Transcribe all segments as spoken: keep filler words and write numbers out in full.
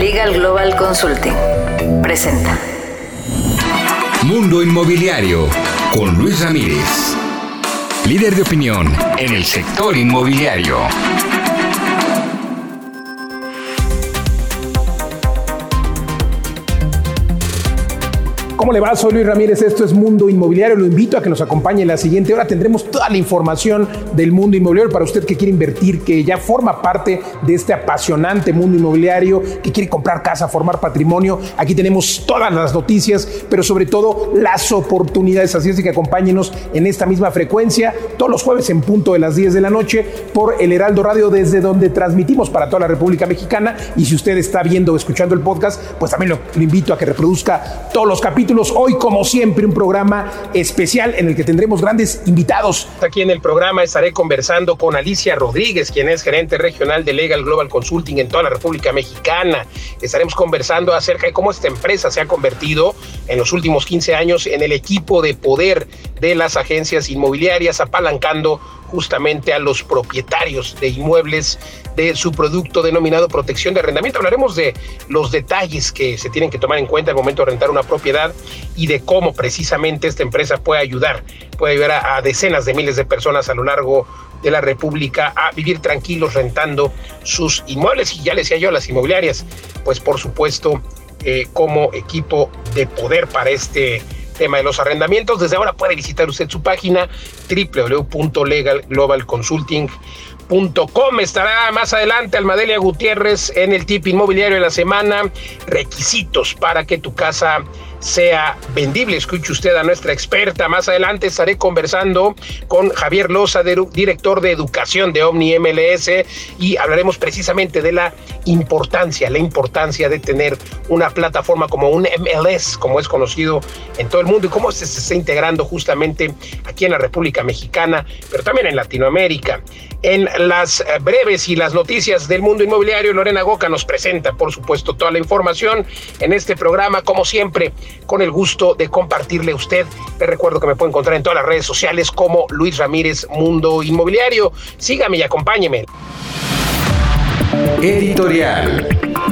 Legal Global Consulting presenta Mundo Inmobiliario con Luis Ramírez, líder de opinión en el sector inmobiliario. ¿Cómo le va? Soy Luis Ramírez, esto es Mundo Inmobiliario. Lo invito a que nos acompañe en la siguiente hora. Tendremos toda la información del mundo inmobiliario para usted que quiere invertir, que ya forma parte de este apasionante mundo inmobiliario, que quiere comprar casa, formar patrimonio. Aquí tenemos todas las noticias, pero sobre todo las oportunidades. Así es que acompáñenos en esta misma frecuencia todos los jueves en punto de las diez de la noche por El Heraldo Radio, desde donde transmitimos para toda la República Mexicana. Y si usted está viendo o escuchando el podcast, pues también lo, lo invito a que reproduzca todos los capítulos. Hoy, como siempre, un programa especial en el que tendremos grandes invitados. Aquí en el programa estaré conversando con Alicia Rodríguez, quien es gerente regional de Legal Global Consulting en toda la República Mexicana. Estaremos conversando acerca de cómo esta empresa se ha convertido en los últimos quince años en el equipo de poder de las agencias inmobiliarias, apalancando justamente a los propietarios de inmuebles de su producto denominado protección de arrendamiento. Hablaremos de los detalles que se tienen que tomar en cuenta al momento de rentar una propiedad y de cómo precisamente esta empresa puede ayudar, puede ayudar a, a decenas de miles de personas a lo largo de la República a vivir tranquilos rentando sus inmuebles. Y ya les decía yo, las inmobiliarias, pues por supuesto, eh, como equipo de poder para este tema de los arrendamientos. Desde ahora puede visitar usted su página doble u doble u doble u punto legal global consulting punto com. Estará más adelante Almadelia Gutiérrez en el tip inmobiliario de la semana. Requisitos para que tu casa sea vendible. Escuche usted a nuestra experta. Más adelante estaré conversando con Javier Loza, director de educación de Omni M L S, y hablaremos precisamente de la importancia, la importancia de tener una plataforma como un M L S, como es conocido en todo el mundo, y cómo se, se está integrando justamente aquí en la República Mexicana, pero también en Latinoamérica. En las breves y las noticias del mundo inmobiliario, Lorena Goca nos presenta, por supuesto, toda la información en este programa, como siempre, con el gusto de compartirle a usted. Les recuerdo que me puede encontrar en todas las redes sociales como Luis Ramírez Mundo Inmobiliario. Sígame y acompáñeme. Editorial.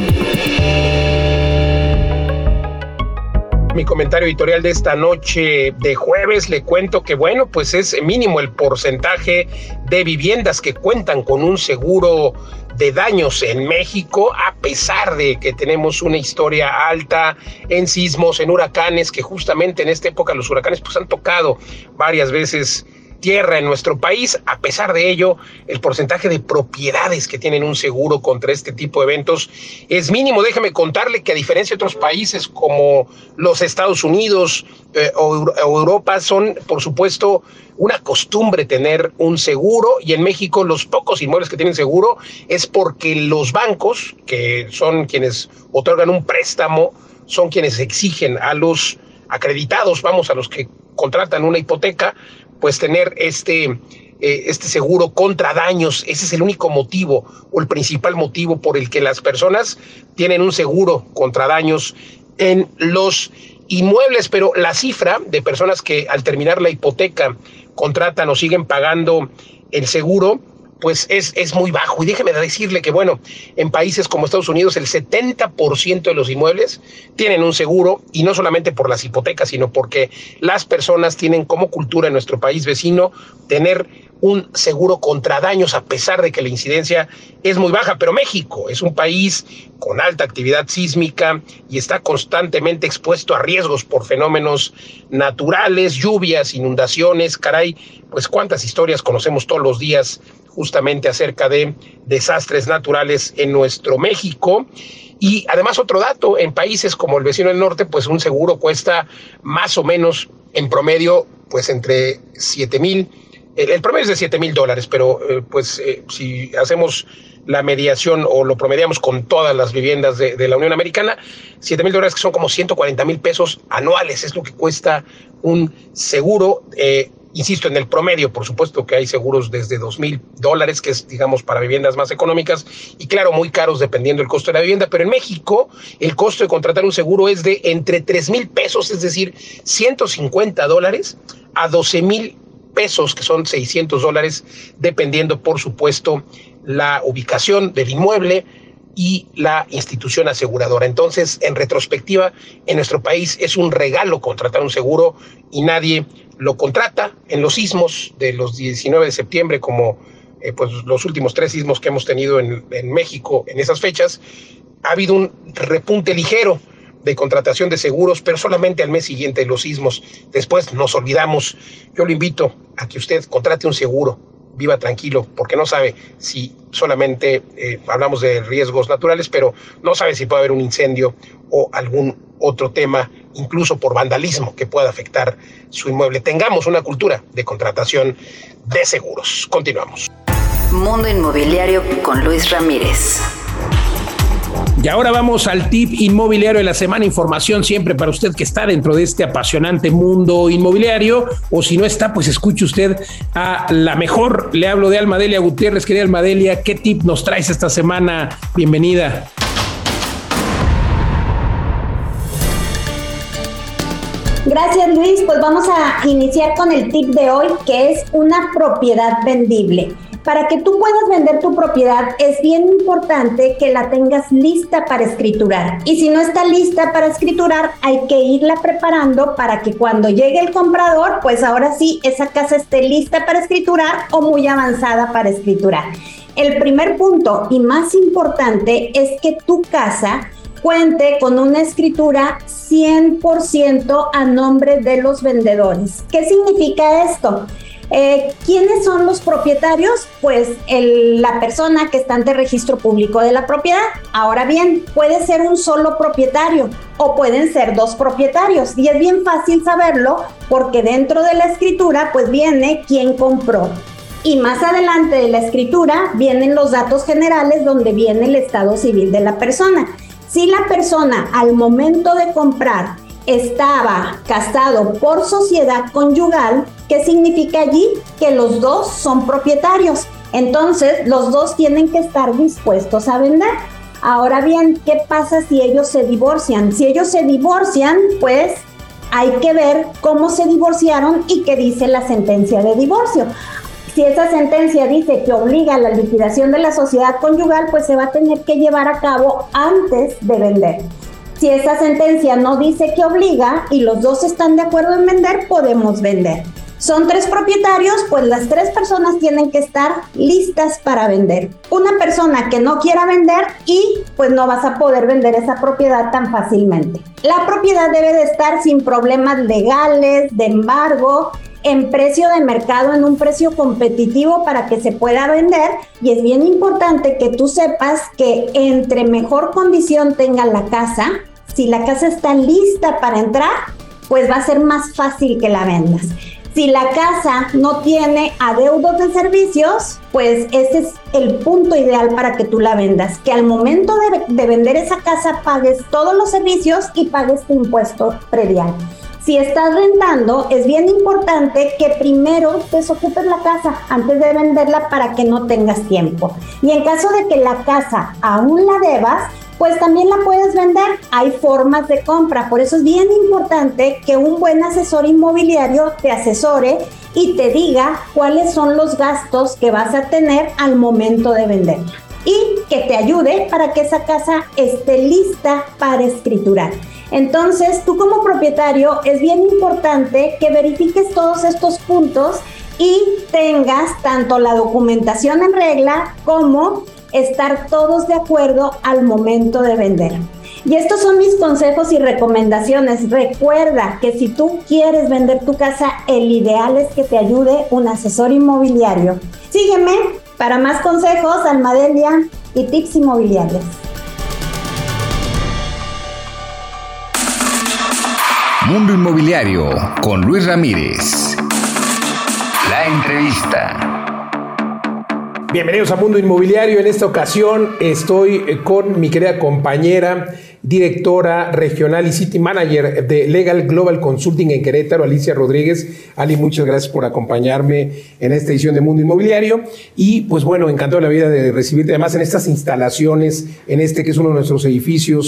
Mi comentario editorial de esta noche de jueves, le cuento que, bueno, pues es mínimo el porcentaje de viviendas que cuentan con un seguro de daños en México, a pesar de que tenemos una historia alta en sismos, en huracanes, que justamente en esta época los huracanes pues han tocado varias veces tierra en nuestro país. A pesar de ello, el porcentaje de propiedades que tienen un seguro contra este tipo de eventos es mínimo. Déjame contarle que, a diferencia de otros países como los Estados Unidos eh, o, o Europa, son, por supuesto, una costumbre tener un seguro, y en México los pocos inmuebles que tienen seguro es porque los bancos, que son quienes otorgan un préstamo, son quienes exigen a los acreditados, vamos, a los que contratan una hipoteca, pues tener este, eh, este seguro contra daños. Ese es el único motivo o el principal motivo por el que las personas tienen un seguro contra daños en los inmuebles. Pero la cifra de personas que al terminar la hipoteca contratan o siguen pagando el seguro, pues es, es muy bajo. Y déjeme decirle que, bueno, en países como Estados Unidos el setenta por ciento de los inmuebles tienen un seguro, y no solamente por las hipotecas, sino porque las personas tienen como cultura en nuestro país vecino tener un seguro contra daños, a pesar de que la incidencia es muy baja. Pero México es un país con alta actividad sísmica y está constantemente expuesto a riesgos por fenómenos naturales, lluvias, inundaciones. Caray, pues cuántas historias conocemos todos los días justamente acerca de desastres naturales en nuestro México. Y además, otro dato, en países como el vecino del norte, pues un seguro cuesta más o menos en promedio, pues entre siete mil, el, el promedio es de siete mil dólares, pero eh, pues eh, si hacemos la mediación o lo promediamos con todas las viviendas de, de la Unión Americana, siete mil dólares, que son como ciento cuarenta mil pesos anuales, es lo que cuesta un seguro. Eh, Insisto, en el promedio, por supuesto que hay seguros desde dos mil dólares, que es, digamos, para viviendas más económicas, y claro, muy caros dependiendo del costo de la vivienda. Pero en México, el costo de contratar un seguro es de entre tres mil pesos, es decir, ciento cincuenta dólares, a doce mil pesos, que son seiscientos dólares, dependiendo, por supuesto, la ubicación del inmueble, y la institución aseguradora. Entonces, en retrospectiva, en nuestro país es un regalo contratar un seguro y nadie lo contrata. En los sismos de los diecinueve de septiembre, como eh, pues los últimos tres sismos que hemos tenido en, en México en esas fechas, ha habido un repunte ligero de contratación de seguros, pero solamente al mes siguiente de los sismos. Después nos olvidamos. Yo lo invito a que usted contrate un seguro, viva tranquilo, porque no sabe si solamente eh, hablamos de riesgos naturales, pero no sabe si puede haber un incendio o algún otro tema, incluso por vandalismo, que pueda afectar su inmueble. Tengamos una cultura de contratación de seguros. Continuamos. Mundo Inmobiliario con Luis Ramírez. Y ahora vamos al tip inmobiliario de la semana. Información siempre para usted que está dentro de este apasionante mundo inmobiliario, o si no está, pues escuche usted a la mejor. Le hablo de Almadelia Gutiérrez. Querida Almadelia, ¿qué tip nos traes esta semana? Bienvenida. Gracias, Luis. Pues vamos a iniciar con el tip de hoy, que es una propiedad vendible. Para que tú puedas vender tu propiedad es bien importante que la tengas lista para escriturar. Y si no está lista para escriturar, hay que irla preparando para que cuando llegue el comprador, pues ahora sí, esa casa esté lista para escriturar o muy avanzada para escriturar. El primer punto y más importante es que tu casa cuente con una escritura cien por ciento a nombre de los vendedores. ¿Qué significa esto? Eh, ¿Quiénes son los propietarios? Pues el, la persona que está ante registro público de la propiedad. Ahora bien, puede ser un solo propietario o pueden ser dos propietarios, y es bien fácil saberlo porque dentro de la escritura pues viene quién compró. Y más adelante de la escritura vienen los datos generales donde viene el estado civil de la persona. Si la persona al momento de comprar estaba casado por sociedad conyugal, ¿qué significa allí? Que los dos son propietarios. Entonces, los dos tienen que estar dispuestos a vender. Ahora bien, ¿qué pasa si ellos se divorcian? Si ellos se divorcian, pues hay que ver cómo se divorciaron y qué dice la sentencia de divorcio. Si esa sentencia dice que obliga a la liquidación de la sociedad conyugal, pues se va a tener que llevar a cabo antes de vender. Si esa sentencia no dice que obliga y los dos están de acuerdo en vender, podemos vender. Son tres propietarios, pues las tres personas tienen que estar listas para vender. Una persona que no quiera vender y pues no vas a poder vender esa propiedad tan fácilmente. La propiedad debe de estar sin problemas legales, de embargo, en precio de mercado, en un precio competitivo para que se pueda vender, y es bien importante que tú sepas que entre mejor condición tenga la casa, si la casa está lista para entrar, pues va a ser más fácil que la vendas. Si la casa no tiene adeudos de servicios, pues ese es el punto ideal para que tú la vendas, que al momento de, de vender esa casa pagues todos los servicios y pagues tu impuesto predial. Si estás rentando, es bien importante que primero desocupes la casa antes de venderla para que no tengas tiempo. Y en caso de que la casa aún la debas, pues también la puedes vender. Hay formas de compra, por eso es bien importante que un buen asesor inmobiliario te asesore y te diga cuáles son los gastos que vas a tener al momento de venderla y que te ayude para que esa casa esté lista para escriturar. Entonces, tú como propietario es bien importante que verifiques todos estos puntos y tengas tanto la documentación en regla como estar todos de acuerdo al momento de vender. Y estos son mis consejos y recomendaciones. Recuerda que si tú quieres vender tu casa, el ideal es que te ayude un asesor inmobiliario. Sígueme para más consejos, Almadelia y tips inmobiliarios. Mundo Inmobiliario con Luis Ramírez. La entrevista. Bienvenidos a Mundo Inmobiliario. En esta ocasión estoy con mi querida compañera, directora regional y City Manager de Legal Global Consulting en Querétaro, Alicia Rodríguez. Ali, muchas gracias por acompañarme en esta edición de Mundo Inmobiliario. Y pues bueno, encantado de la vida de recibirte además en estas instalaciones, en este que es uno de nuestros edificios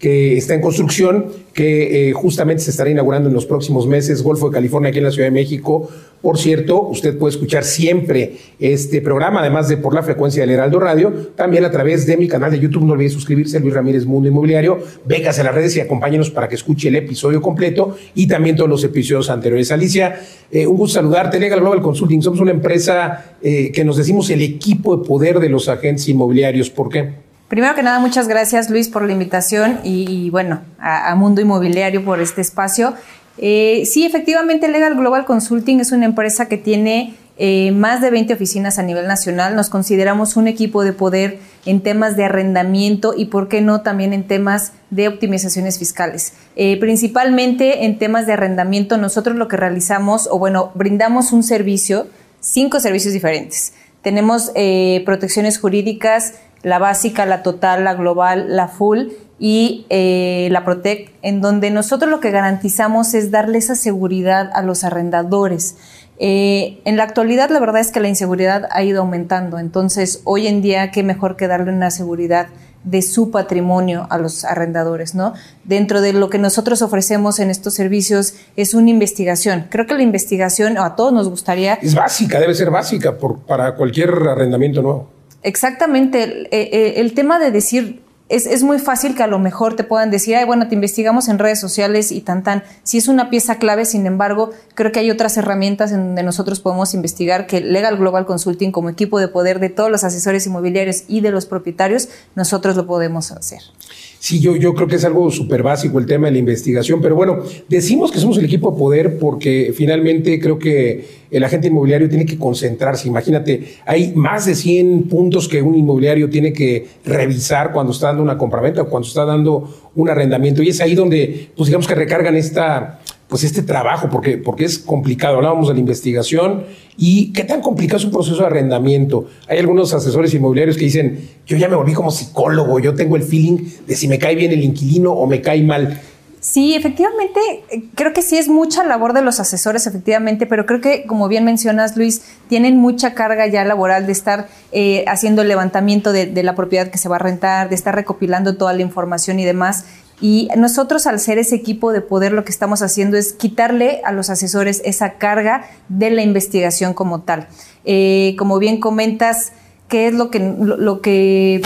que está en construcción, que eh, justamente se estará inaugurando en los próximos meses, Golfo de California, aquí en la Ciudad de México. Por cierto, usted puede escuchar siempre este programa, además de por la frecuencia del Heraldo Radio, también a través de mi canal de YouTube. No olvide suscribirse, Luis Ramírez Mundo Inmobiliario. Véngase a las redes y acompáñenos para que escuche el episodio completo y también todos los episodios anteriores. Alicia, eh, un gusto saludarte. Legal Global Consulting, somos una empresa eh, que nos decimos el equipo de poder de los agentes inmobiliarios. ¿Por qué? Primero que nada, muchas gracias, Luis, por la invitación y, y bueno, a, a Mundo Inmobiliario por este espacio. Eh, sí, efectivamente, Legal Global Consulting es una empresa que tiene eh, más de veinte oficinas a nivel nacional. Nos consideramos un equipo de poder en temas de arrendamiento y, ¿por qué no?, también en temas de optimizaciones fiscales. Eh, principalmente en temas de arrendamiento, nosotros lo que realizamos, o bueno, brindamos un servicio, cinco servicios diferentes. Tenemos eh, protecciones jurídicas, la básica, la total, la global, la full y eh, la Protect, en donde nosotros lo que garantizamos es darle esa seguridad a los arrendadores. Eh, en la actualidad, la verdad es que la inseguridad ha ido aumentando, entonces hoy en día qué mejor que darle una seguridad de su patrimonio a los arrendadores, ¿no? Dentro de lo que nosotros ofrecemos en estos servicios es una investigación. Creo que la investigación a todos nos gustaría... Es básica, debe ser básica por, para cualquier arrendamiento nuevo. Exactamente. El, el, el tema de decir... Es, es muy fácil que a lo mejor te puedan decir, ay, bueno, te investigamos en redes sociales y tan tan. Sí es una pieza clave, sin embargo, creo que hay otras herramientas en donde nosotros podemos investigar que Legal Global Consulting, como equipo de poder de todos los asesores inmobiliarios y de los propietarios, nosotros lo podemos hacer. Sí, yo, yo creo que es algo súper básico el tema de la investigación, pero bueno, decimos que somos el equipo de poder porque finalmente creo que el agente inmobiliario tiene que concentrarse. Imagínate, hay más de cien puntos que un inmobiliario tiene que revisar cuando está dando una compraventa o cuando está dando un arrendamiento, y es ahí donde, pues digamos que recargan esta... pues este trabajo, porque, porque es complicado. Hablábamos de la investigación y qué tan complicado es un proceso de arrendamiento. Hay algunos asesores inmobiliarios que dicen, yo ya me volví como psicólogo, yo tengo el feeling de si me cae bien el inquilino o me cae mal. Sí, efectivamente, creo que sí es mucha labor de los asesores, efectivamente, pero creo que, como bien mencionas, Luis, tienen mucha carga ya laboral de estar eh, haciendo el levantamiento de, de la propiedad que se va a rentar, de estar recopilando toda la información y demás. Y nosotros, al ser ese equipo de poder, lo que estamos haciendo es quitarle a los asesores esa carga de la investigación como tal. Eh, como bien comentas, ¿qué es lo que, lo, lo que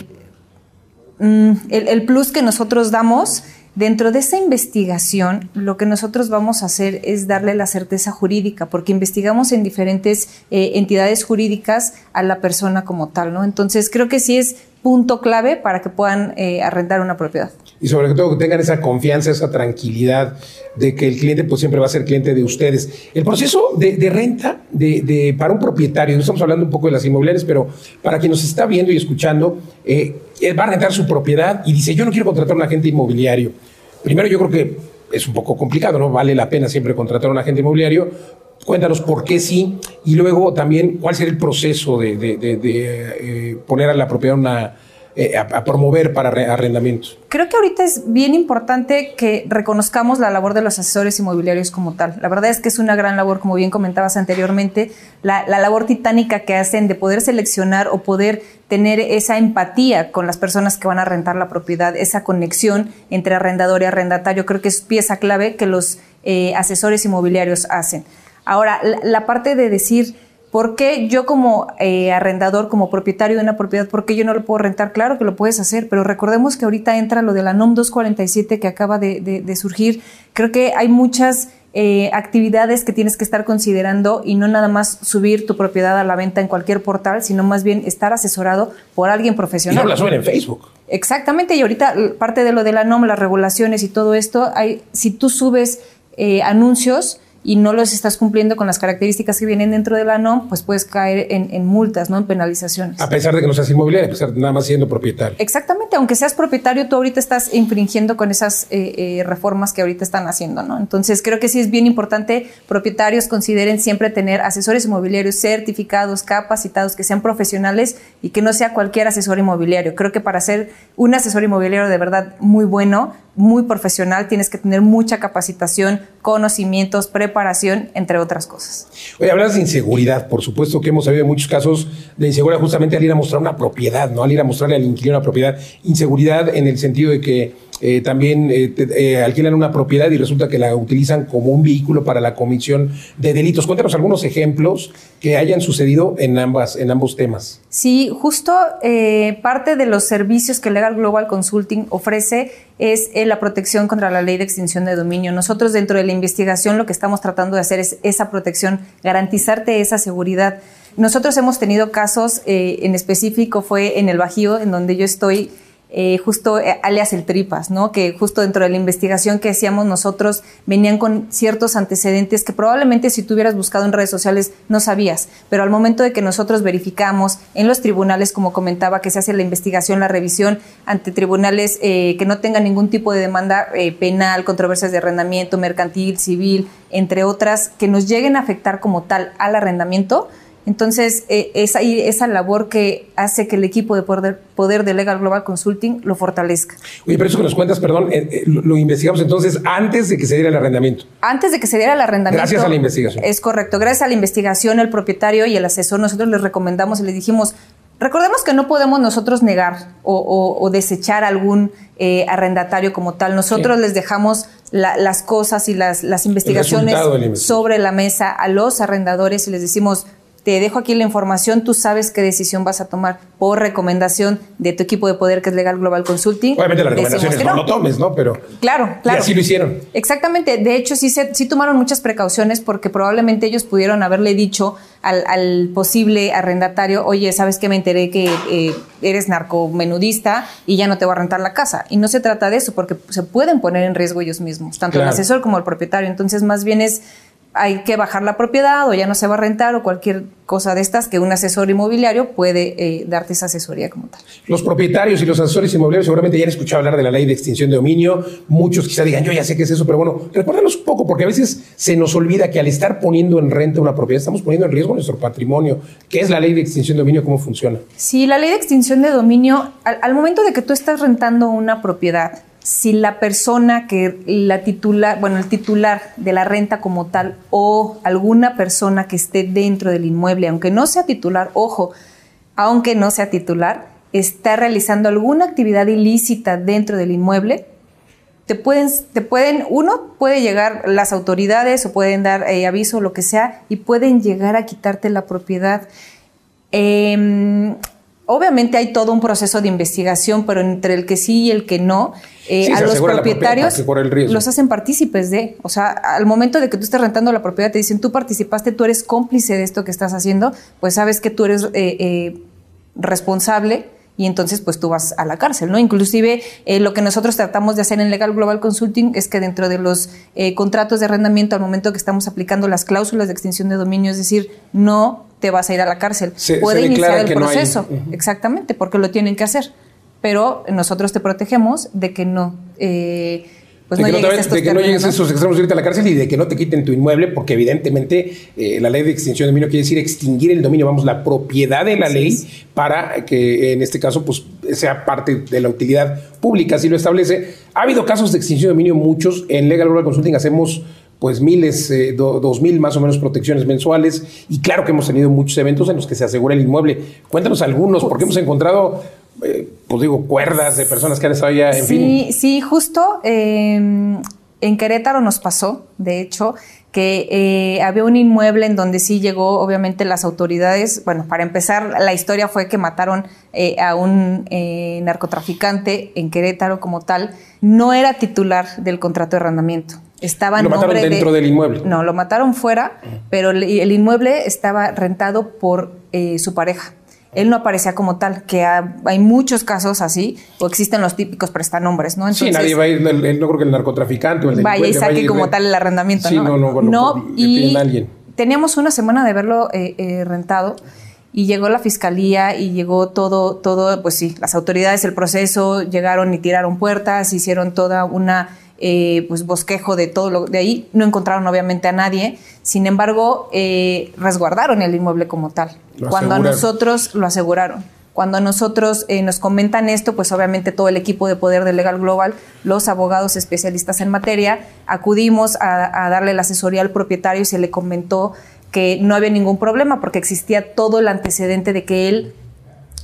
mm, el, el plus que nosotros damos? Dentro de esa investigación, lo que nosotros vamos a hacer es darle la certeza jurídica, porque investigamos en diferentes eh, entidades jurídicas a la persona como tal, ¿no? Entonces, creo que sí es punto clave para que puedan eh, arrendar una propiedad. Y sobre todo que tengan esa confianza, esa tranquilidad de que el cliente pues siempre va a ser cliente de ustedes. El proceso de, de renta de, de, para un propietario, no estamos hablando un poco de las inmobiliarias, pero para quien nos está viendo y escuchando, eh, va a rentar su propiedad y dice, yo no quiero contratar a un agente inmobiliario. Primero, yo creo que es un poco complicado, ¿no? Vale la pena siempre contratar a un agente inmobiliario. Cuéntanos por qué sí, y luego también cuál será el proceso de, de, de, de eh, poner a la propiedad una, eh, a, a promover para arrendamientos. Creo que ahorita es bien importante que reconozcamos la labor de los asesores inmobiliarios como tal. La verdad es que es una gran labor, como bien comentabas anteriormente, la, la labor titánica que hacen de poder seleccionar o poder tener esa empatía con las personas que van a rentar la propiedad, esa conexión entre arrendador y arrendatario. Creo que es pieza clave que los eh, asesores inmobiliarios hacen. Ahora, la, la parte de decir, ¿por qué yo como eh, arrendador, como propietario de una propiedad, por qué yo no lo puedo rentar? Claro que lo puedes hacer, pero recordemos que ahorita entra lo de la N O M doscientos cuarenta y siete que acaba de, de, de surgir. Creo que hay muchas eh, actividades que tienes que estar considerando y no nada más subir tu propiedad a la venta en cualquier portal, sino más bien estar asesorado por alguien profesional. Y no la suben en Facebook. Exactamente, y ahorita parte de lo de la N O M, las regulaciones y todo esto, hay, si tú subes eh, anuncios y no los estás cumpliendo con las características que vienen dentro de la N O M, pues puedes caer en, en multas, ¿no? En penalizaciones. A pesar de que no seas inmobiliario, a pesar de nada más siendo propietario. Exactamente, aunque seas propietario, tú ahorita estás infringiendo con esas eh, eh, reformas que ahorita están haciendo, ¿no? Entonces, creo que sí es bien importante, propietarios consideren siempre tener asesores inmobiliarios certificados, capacitados, que sean profesionales y que no sea cualquier asesor inmobiliario. Creo que para ser un asesor inmobiliario de verdad muy bueno, muy profesional, tienes que tener mucha capacitación, conocimientos, preparación, entre otras cosas. Oye, hablas de inseguridad, por supuesto que hemos sabido de muchos casos de inseguridad justamente al ir a mostrar una propiedad, ¿no? Al ir a mostrarle al inquilino una propiedad. Inseguridad en el sentido de que eh, también eh, te, eh, alquilan una propiedad y resulta que la utilizan como un vehículo para la comisión de delitos. Cuéntanos algunos ejemplos que hayan sucedido en, ambas, en ambos temas. Sí, justo eh, parte de los servicios que Legal Global Consulting ofrece es eh, la protección contra la ley de extinción de dominio. Nosotros dentro de la investigación lo que estamos tratando de hacer es esa protección, garantizarte esa seguridad. Nosotros hemos tenido casos, eh, en específico fue en el Bajío, en donde yo estoy, eh, justo eh, alias el Tripas, ¿no? Que justo dentro de la investigación que hacíamos nosotros venían con ciertos antecedentes que probablemente si tú hubieras buscado en redes sociales no sabías, pero al momento de que nosotros verificamos en los tribunales, como comentaba, que se hace la investigación, la revisión ante tribunales eh, que no tengan ningún tipo de demanda eh, penal, controversias de arrendamiento, mercantil, civil, entre otras, que nos lleguen a afectar como tal al arrendamiento. Entonces, eh, esa, esa labor que hace que el equipo de poder, poder de Legal Global Consulting lo fortalezca. Oye, pero eso que nos cuentas, perdón, eh, eh, lo, lo investigamos entonces antes de que se diera el arrendamiento. Antes de que se diera el arrendamiento. Gracias a la investigación. Es correcto. Gracias a la investigación, el propietario y el asesor, nosotros les recomendamos y les dijimos, recordemos que no podemos nosotros negar o, o, o desechar algún eh, arrendatario como tal. Nosotros sí. les dejamos la, las cosas y las, las investigaciones sobre la mesa a los arrendadores y les decimos, te dejo aquí la información, tú sabes qué decisión vas a tomar por recomendación de tu equipo de poder, que es Legal Global Consulting. Obviamente la recomendación es no. no lo tomes, ¿no? Pero claro, claro. Y así lo hicieron. Exactamente. De hecho, sí, se, sí tomaron muchas precauciones porque probablemente ellos pudieron haberle dicho al, al posible arrendatario, oye, ¿sabes qué? Me enteré que eh, eres narcomenudista y ya no te voy a rentar la casa. Y no se trata de eso porque se pueden poner en riesgo ellos mismos, tanto claro. el asesor como el propietario. Entonces, más bien es... hay que bajar la propiedad o ya no se va a rentar o cualquier cosa de estas que un asesor inmobiliario puede eh, darte esa asesoría como tal. Los propietarios y los asesores inmobiliarios seguramente ya han escuchado hablar de la ley de extinción de dominio. Muchos quizá digan, yo ya sé qué es eso, pero bueno, recuérdanos un poco, porque a veces se nos olvida que al estar poniendo en renta una propiedad, estamos poniendo en riesgo nuestro patrimonio. ¿Qué es la ley de extinción de dominio? ¿Cómo funciona? Sí, la ley de extinción de dominio, al, al momento de que tú estás rentando una propiedad, si la persona que la titular, bueno, el titular de la renta como tal o alguna persona que esté dentro del inmueble, aunque no sea titular, ojo, aunque no sea titular, está realizando alguna actividad ilícita dentro del inmueble, te pueden, te pueden, uno, puede llegar las autoridades o pueden dar eh, aviso o lo que sea y pueden llegar a quitarte la propiedad. Eh, Obviamente hay todo un proceso de investigación, pero entre el que sí y el que no, eh, sí, a los propietarios los hacen partícipes de, o sea, al momento de que tú estés rentando la propiedad te dicen, tú participaste, tú eres cómplice de esto que estás haciendo, pues sabes que tú eres eh, eh, responsable y entonces pues tú vas a la cárcel, ¿no? Inclusive eh, lo que nosotros tratamos de hacer en Legal Global Consulting es que dentro de los eh, contratos de arrendamiento al momento que estamos aplicando las cláusulas de extinción de dominio, es decir, no te vas a ir a la cárcel. Se, Puede se iniciar el proceso, no hay... uh-huh. exactamente, porque lo tienen que hacer, pero nosotros te protegemos de que no... Eh, Pues de no que no, te, a estos de que no llegues a esos extremos de irte a la cárcel y de que no te quiten tu inmueble, porque evidentemente eh, la ley de extinción de dominio quiere decir extinguir el dominio, vamos, la propiedad de la ley sí. para que en este caso pues sea parte de la utilidad pública, así lo establece. Ha habido casos de extinción de dominio, muchos. En Legal Global Consulting hacemos pues miles, eh, do, dos mil más o menos protecciones mensuales y claro que hemos tenido muchos eventos en los que se asegura el inmueble. Cuéntanos algunos, porque hemos encontrado... Eh, pues digo, cuerdas de personas que han estado ya, en sí, fin. Sí, justo eh, en Querétaro nos pasó, de hecho, que eh, había un inmueble en donde sí llegó, obviamente, las autoridades. Bueno, para empezar, la historia fue que mataron eh, a un eh, narcotraficante en Querétaro como tal. No era titular del contrato de arrendamiento. Estaba ¿Lo mataron dentro de, del inmueble? No, lo mataron fuera, uh-huh. pero el, el inmueble estaba rentado por eh, su pareja. Él no aparecía como tal, que ha, hay muchos casos así, o existen los típicos prestanombres, ¿no? Entonces, sí, nadie va a ir, no creo que el narcotraficante o el vaya y saque como de... tal el arrendamiento, sí, ¿no? no, no, bueno, no y a alguien. Teníamos una semana de verlo eh, eh, rentado y llegó la fiscalía y llegó todo, todo, pues sí, las autoridades, el proceso, llegaron y tiraron puertas, hicieron toda una... Eh, pues bosquejo de todo lo de ahí, no encontraron obviamente a nadie, sin embargo eh, resguardaron el inmueble como tal, lo cuando aseguraron. A nosotros lo aseguraron, cuando a nosotros eh, nos comentan esto, pues obviamente todo el equipo de poder de Legal Global, los abogados especialistas en materia, acudimos a, a darle la asesoría al propietario y se le comentó que no había ningún problema porque existía todo el antecedente de que él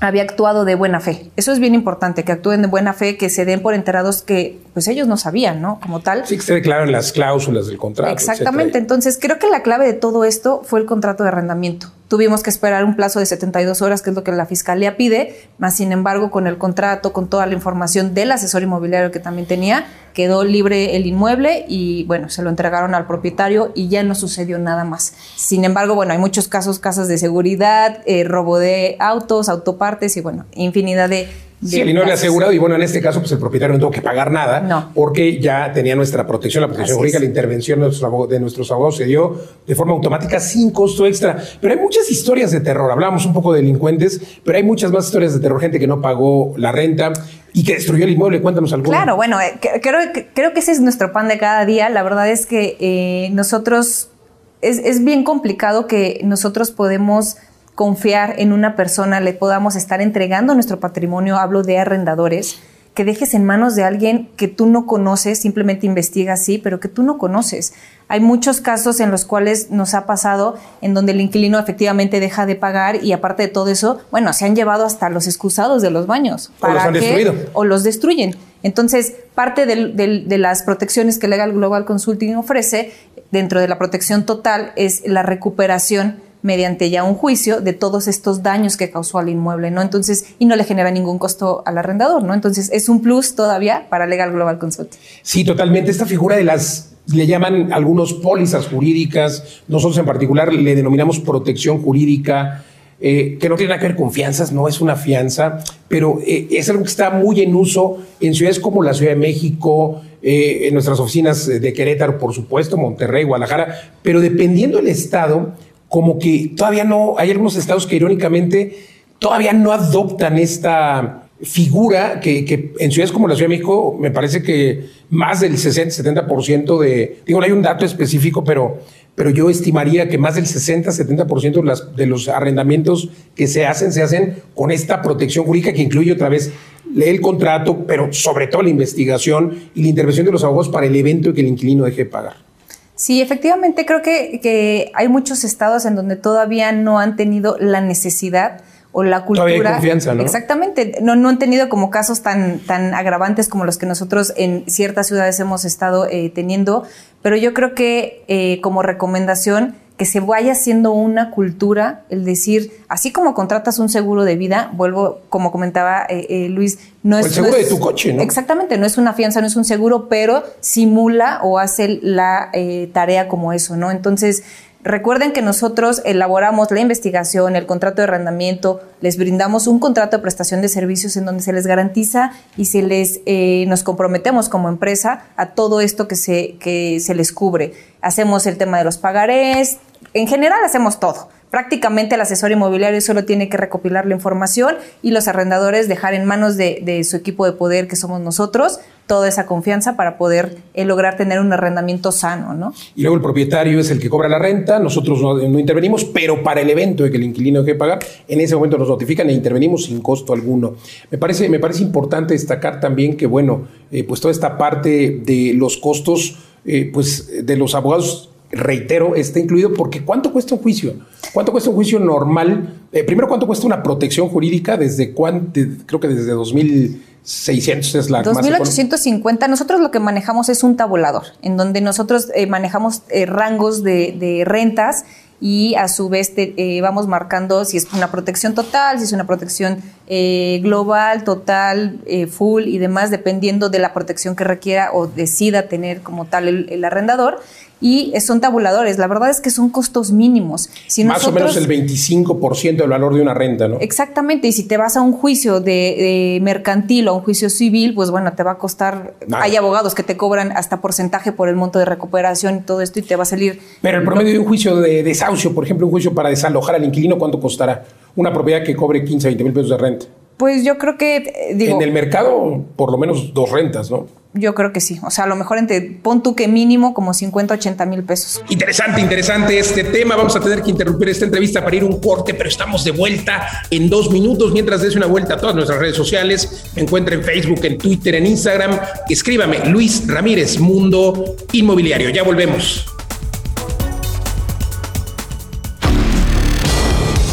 había actuado de buena fe. Eso es bien importante, que actúen de buena fe, que se den por enterados que pues ellos no sabían, ¿no? Como tal. Sí, que se declaran las cláusulas del contrato. Exactamente. etcétera. Entonces, creo que la clave de todo esto fue el contrato de arrendamiento. Tuvimos que esperar un plazo de setenta y dos horas, que es lo que la Fiscalía pide, más sin embargo, con el contrato, con toda la información del asesor inmobiliario que también tenía, quedó libre el inmueble y, bueno, se lo entregaron al propietario y ya no sucedió nada más. Sin embargo, bueno, hay muchos casos, casas de seguridad, eh, robo de autos, autopartes y, bueno, infinidad de... Sí, el inmueble asegurado y bueno, en este caso pues el propietario no tuvo que pagar nada no. porque ya tenía nuestra protección, la protección jurídica, la intervención de nuestros, abogados, de nuestros abogados se dio de forma automática sin costo extra. Pero hay muchas historias de terror, hablábamos un poco de delincuentes, pero hay muchas más historias de terror, gente que no pagó la renta y que destruyó el inmueble. Cuéntanos alguna. Claro, bueno, eh, creo, creo que ese es nuestro pan de cada día. La verdad es que eh, nosotros, es, es bien complicado que nosotros podemos confiar en una persona, le podamos estar entregando nuestro patrimonio, hablo de arrendadores, que dejes en manos de alguien que tú no conoces, simplemente investigas, sí, pero que tú no conoces. Hay muchos casos en los cuales nos ha pasado en donde el inquilino efectivamente deja de pagar y aparte de todo eso, bueno, se han llevado hasta los excusados de los baños. O los han que, destruido. O los destruyen. Entonces, parte de, de, de las protecciones que Legal Global Consulting ofrece, dentro de la protección total, es la recuperación mediante ya un juicio de todos estos daños que causó al inmueble, ¿no? Entonces, y no le genera ningún costo al arrendador, ¿no? Entonces, es un plus todavía para Legal Global Consulting. Sí, totalmente. Esta figura de las, le llaman algunos pólizas jurídicas, nosotros en particular le denominamos protección jurídica, eh, que no tiene nada que ver con fianzas, no es una fianza, pero eh, es algo que está muy en uso en ciudades como la Ciudad de México, eh, en nuestras oficinas de Querétaro, por supuesto, Monterrey, Guadalajara, pero dependiendo del estado, como que todavía no, hay algunos estados que irónicamente todavía no adoptan esta figura que, que en ciudades como la Ciudad de México me parece que más del sesenta, setenta por ciento de, digo, no hay un dato específico, pero, pero yo estimaría que más del sesenta, setenta por ciento de, las, de los arrendamientos que se hacen, se hacen con esta protección jurídica que incluye otra vez el contrato, pero sobre todo la investigación y la intervención de los abogados para el evento de que el inquilino deje de pagar. Sí, efectivamente creo que, que hay muchos estados en donde todavía no han tenido la necesidad o la cultura. Todavía hay confianza, ¿no? Exactamente, no, no han tenido como casos tan, tan agravantes como los que nosotros en ciertas ciudades hemos estado eh, teniendo, pero yo creo que eh, como recomendación que se vaya haciendo una cultura, el decir, así como contratas un seguro de vida, vuelvo, como comentaba eh, eh, Luis, no es... El seguro no es, de tu coche, ¿no? Exactamente, no es una fianza, no es un seguro, pero simula o hace la eh, tarea como eso, ¿no? Entonces, recuerden que nosotros elaboramos la investigación, el contrato de arrendamiento, les brindamos un contrato de prestación de servicios en donde se les garantiza y se les eh, nos comprometemos como empresa a todo esto que se, que se les cubre. Hacemos el tema de los pagarés, en general hacemos todo. Prácticamente el asesor inmobiliario solo tiene que recopilar la información y los arrendadores dejar en manos de, de su equipo de poder, que somos nosotros, toda esa confianza para poder eh, lograr tener un arrendamiento sano, ¿no? Y luego el propietario es el que cobra la renta, nosotros no, no intervenimos, pero para el evento de que el inquilino deje de pagar, en ese momento nos notifican e intervenimos sin costo alguno. Me parece, me parece importante destacar también que, bueno, eh, pues toda esta parte de los costos, eh, pues de los abogados, reitero, está incluido porque ¿cuánto cuesta un juicio? ¿Cuánto cuesta un juicio normal? Eh, primero, ¿cuánto cuesta una protección jurídica? Desde cuánto, creo que desde dos mil seiscientos es la dos mil ochocientos cincuenta. Nosotros lo que manejamos es un tabulador, en donde nosotros eh, manejamos eh, rangos de, de rentas y a su vez te, eh, vamos marcando si es una protección total, si es una protección eh, global, total, eh, full y demás, dependiendo de la protección que requiera o decida tener como tal el, el arrendador. Y son tabuladores, la verdad es que son costos mínimos. Si Más nosotros, o menos el veinticinco por ciento del valor de una renta, ¿no? Exactamente, y si te vas a un juicio de, de mercantil o a un juicio civil, pues bueno, te va a costar, nada. Hay abogados que te cobran hasta porcentaje por el monto de recuperación y todo esto y te va a salir... Pero el promedio no, de un juicio de desahucio, por ejemplo, un juicio para desalojar al inquilino, ¿cuánto costará? Una propiedad que cobre quince, veinte mil pesos de renta. Pues yo creo que... Digo, en el mercado, por lo menos dos rentas, ¿no? Yo creo que sí. O sea, a lo mejor entre, pon tú que mínimo como cincuenta, ochenta mil pesos. Interesante, interesante este tema. Vamos a tener que interrumpir esta entrevista para ir un corte, pero estamos de vuelta en dos minutos. Mientras des una vuelta a todas nuestras redes sociales, me encuentra en Facebook, en Twitter, en Instagram. Escríbame, Luis Ramírez, Mundo Inmobiliario. Ya volvemos.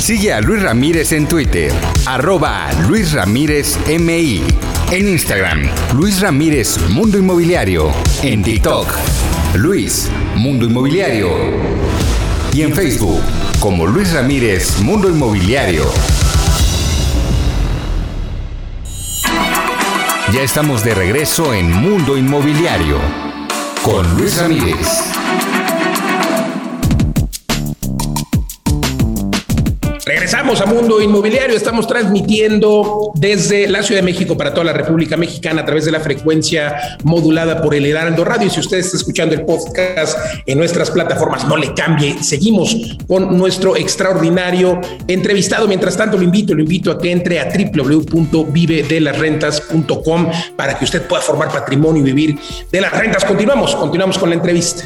Sigue a Luis Ramírez en Twitter, arroba Luis Ramírez M I. En Instagram, Luis Ramírez Mundo Inmobiliario. En TikTok, Luis Mundo Inmobiliario. Y en Facebook, como Luis Ramírez Mundo Inmobiliario. Ya estamos de regreso en Mundo Inmobiliario con Luis Ramírez. Regresamos a Mundo Inmobiliario. Estamos transmitiendo desde la Ciudad de México para toda la República Mexicana a través de la frecuencia modulada por el Heraldo Radio. Y si usted está escuchando el podcast en nuestras plataformas, no le cambie. Seguimos con nuestro extraordinario entrevistado. Mientras tanto, lo invito, lo invito a que entre a doble u doble u doble u punto vive de las rentas punto com para que usted pueda formar patrimonio y vivir de las rentas. Continuamos, continuamos con la entrevista.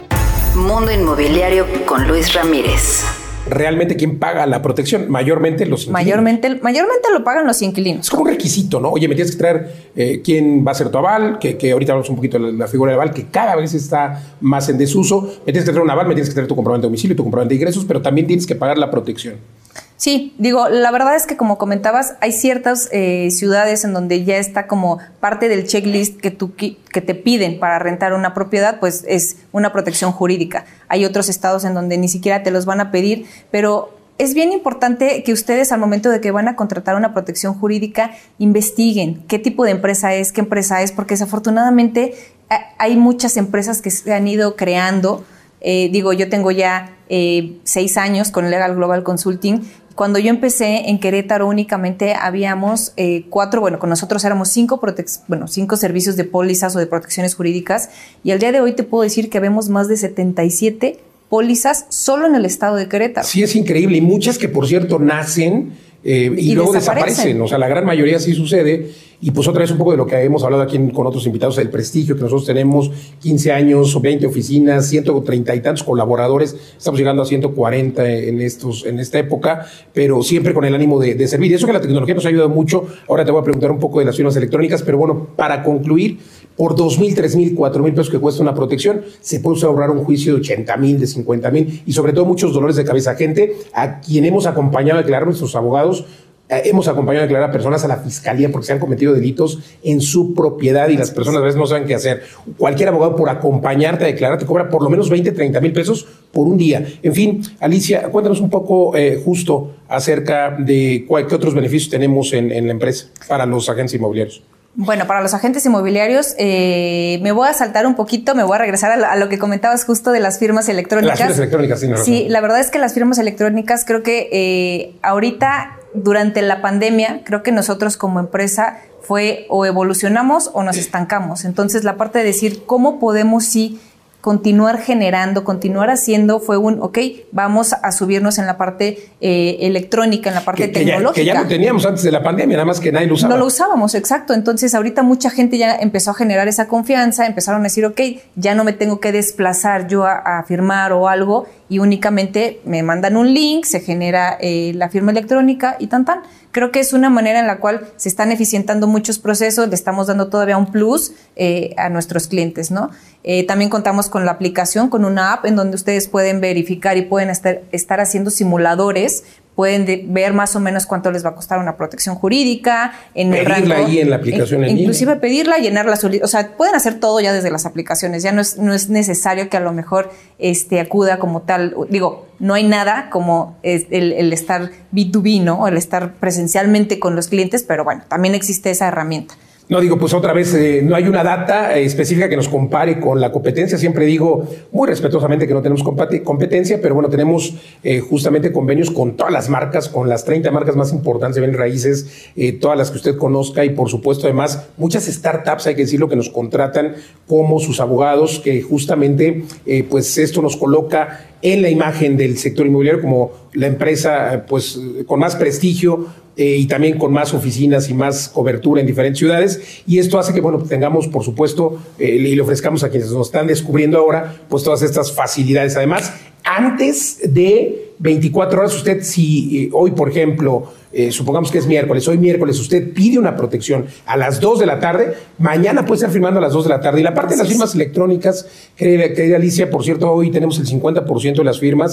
Mundo Inmobiliario con Luis Ramírez. Realmente, ¿quién paga la protección? Mayormente los inquilinos. Mayormente, mayormente lo pagan los inquilinos. Es como un requisito, ¿no? Oye, me tienes que traer eh, quién va a ser tu aval, que, que ahorita hablamos un poquito de la, la figura del aval, que cada vez está más en desuso. Me tienes que traer un aval, me tienes que traer tu comprobante de domicilio, tu comprobante de ingresos, pero también tienes que pagar la protección. Sí, digo, la verdad es que como comentabas, hay ciertas eh, ciudades en donde ya está como parte del checklist que, tú, que te piden para rentar una propiedad, pues es una protección jurídica. Hay otros estados en donde ni siquiera te los van a pedir, pero es bien importante que ustedes al momento de que van a contratar una protección jurídica investiguen qué tipo de empresa es, qué empresa es, porque desafortunadamente hay muchas empresas que se han ido creando. Eh, digo, yo tengo ya eh, seis años con Legal Global Consulting. Cuando yo empecé en Querétaro únicamente habíamos eh, cuatro, bueno, con nosotros éramos cinco, protec- bueno, cinco servicios de pólizas o de protecciones jurídicas, y al día de hoy te puedo decir que vemos más de setenta y siete pólizas solo en el estado de Querétaro. Sí, es increíble, y muchas que por cierto nacen eh, y, y luego desaparecen. desaparecen, o sea, la gran mayoría sí sucede. Y pues otra vez un poco de lo que hemos hablado aquí con otros invitados, el prestigio que nosotros tenemos, quince años, veinte oficinas, ciento treinta y tantos colaboradores, estamos llegando a ciento cuarenta en, estos, en esta época, pero siempre con el ánimo de, de servir. Y eso que la tecnología nos ha ayudado mucho. Ahora te voy a preguntar un poco de las firmas electrónicas, pero bueno, para concluir, por dos mil, tres mil, cuatro mil pesos que cuesta una protección, se puede ahorrar un juicio de ochenta mil, de cincuenta mil y sobre todo muchos dolores de cabeza. Gente a quien hemos acompañado a declarar, nuestros abogados, hemos acompañado a declarar a personas a la fiscalía porque se han cometido delitos en su propiedad y las personas a veces no saben qué hacer. Cualquier abogado por acompañarte a declarar te cobra por lo menos veinte, treinta mil pesos por un día. En fin, Alicia, cuéntanos un poco eh, justo acerca de cuál, qué otros beneficios tenemos en, en la empresa para los agentes inmobiliarios. Bueno, para los agentes inmobiliarios, eh, me voy a saltar un poquito, me voy a regresar a lo, a lo que comentabas justo de las firmas electrónicas. Las firmas electrónicas, sí. No, sí, no. La verdad es que las firmas electrónicas creo que eh, ahorita, durante la pandemia, creo que nosotros como empresa fue o evolucionamos o nos estancamos. Entonces, la parte de decir cómo podemos sí continuar generando, continuar haciendo, fue un, ok, vamos a subirnos en la parte eh, electrónica, en la parte que, que tecnológica. Ya, que ya lo teníamos antes de la pandemia, nada más que nadie lo usaba. No lo usábamos, exacto. Entonces, ahorita mucha gente ya empezó a generar esa confianza, empezaron a decir, ok, ya no me tengo que desplazar yo a, a firmar o algo, y únicamente me mandan un link, se genera eh, la firma electrónica y tan tan. Creo que es una manera en la cual se están eficientando muchos procesos, le estamos dando todavía un plus eh, a nuestros clientes, ¿no? Eh, también contamos con la aplicación, con una app en donde ustedes pueden verificar y pueden estar, estar haciendo simuladores, pueden de, ver más o menos cuánto les va a costar una protección jurídica. En pedirla el rango, ahí en la aplicación. En, en inclusive línea. pedirla, llenarla, o sea, pueden hacer todo ya desde las aplicaciones, ya no es, no es necesario que a lo mejor este, acuda como tal, digo, no hay nada como el, el estar B dos B, ¿no? O el estar presencialmente con los clientes, pero bueno, también existe esa herramienta. No, digo, pues otra vez, eh, no hay una data eh, específica que nos compare con la competencia. Siempre digo muy respetuosamente que no tenemos competencia, pero bueno, tenemos eh, justamente convenios con todas las marcas, con las treinta marcas más importantes de bienes raíces, eh, todas las que usted conozca y por supuesto además muchas startups, hay que decirlo, que nos contratan como sus abogados, que justamente eh, pues esto nos coloca en la imagen del sector inmobiliario como la empresa pues con más prestigio, Eh, y también con más oficinas y más cobertura en diferentes ciudades, y esto hace que, bueno, tengamos, por supuesto, eh, y le ofrezcamos a quienes nos están descubriendo ahora, pues todas estas facilidades. Además, antes de veinticuatro horas, usted, si eh, hoy, por ejemplo, eh, supongamos que es miércoles, hoy miércoles usted pide una protección a las dos de la tarde, mañana puede estar firmando a las dos de la tarde. Y la parte de las firmas electrónicas, querida, querida Alicia, por cierto, hoy tenemos el cincuenta por ciento de las firmas